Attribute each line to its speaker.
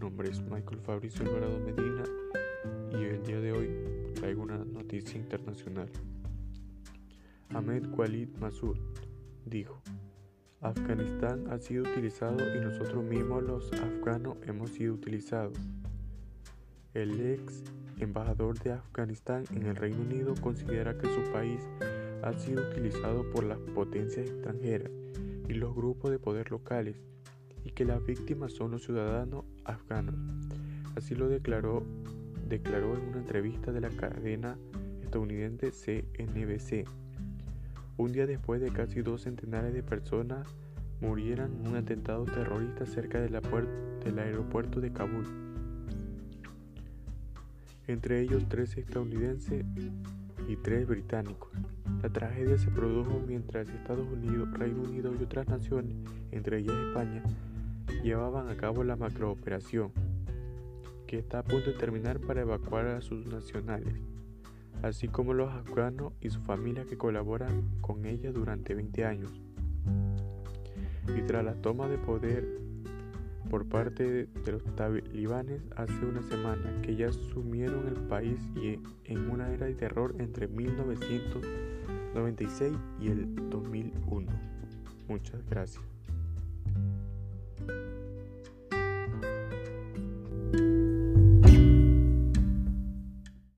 Speaker 1: nombre es Michael Fabricio Alvarado Medina y el día de hoy traigo una noticia internacional. Ahmed Walid Massoud dijo: Afganistán ha sido utilizado y nosotros mismos los afganos hemos sido utilizados. El ex embajador de Afganistán en el Reino Unido considera que su país ha sido utilizado por las potencias extranjeras y los grupos de poder locales, y que las víctimas son los ciudadanos afganos. Así lo declaró en una entrevista de la cadena estadounidense CNBC, un día después de casi 2 centenares de personas murieran en un atentado terrorista cerca del aeropuerto de Kabul, entre ellos 3 estadounidenses y 3 británicos. La tragedia se produjo mientras Estados Unidos, Reino Unido y otras naciones, entre ellas España, llevaban a cabo la macrooperación, que está a punto de terminar para evacuar a sus nacionales, así como los afganos y sus familias que colaboran con ella durante 20 años. Y tras la toma de poder por parte de los talibanes hace una semana, que ya sumieron el país y en una era de terror entre 1996 y el 2001. Muchas gracias.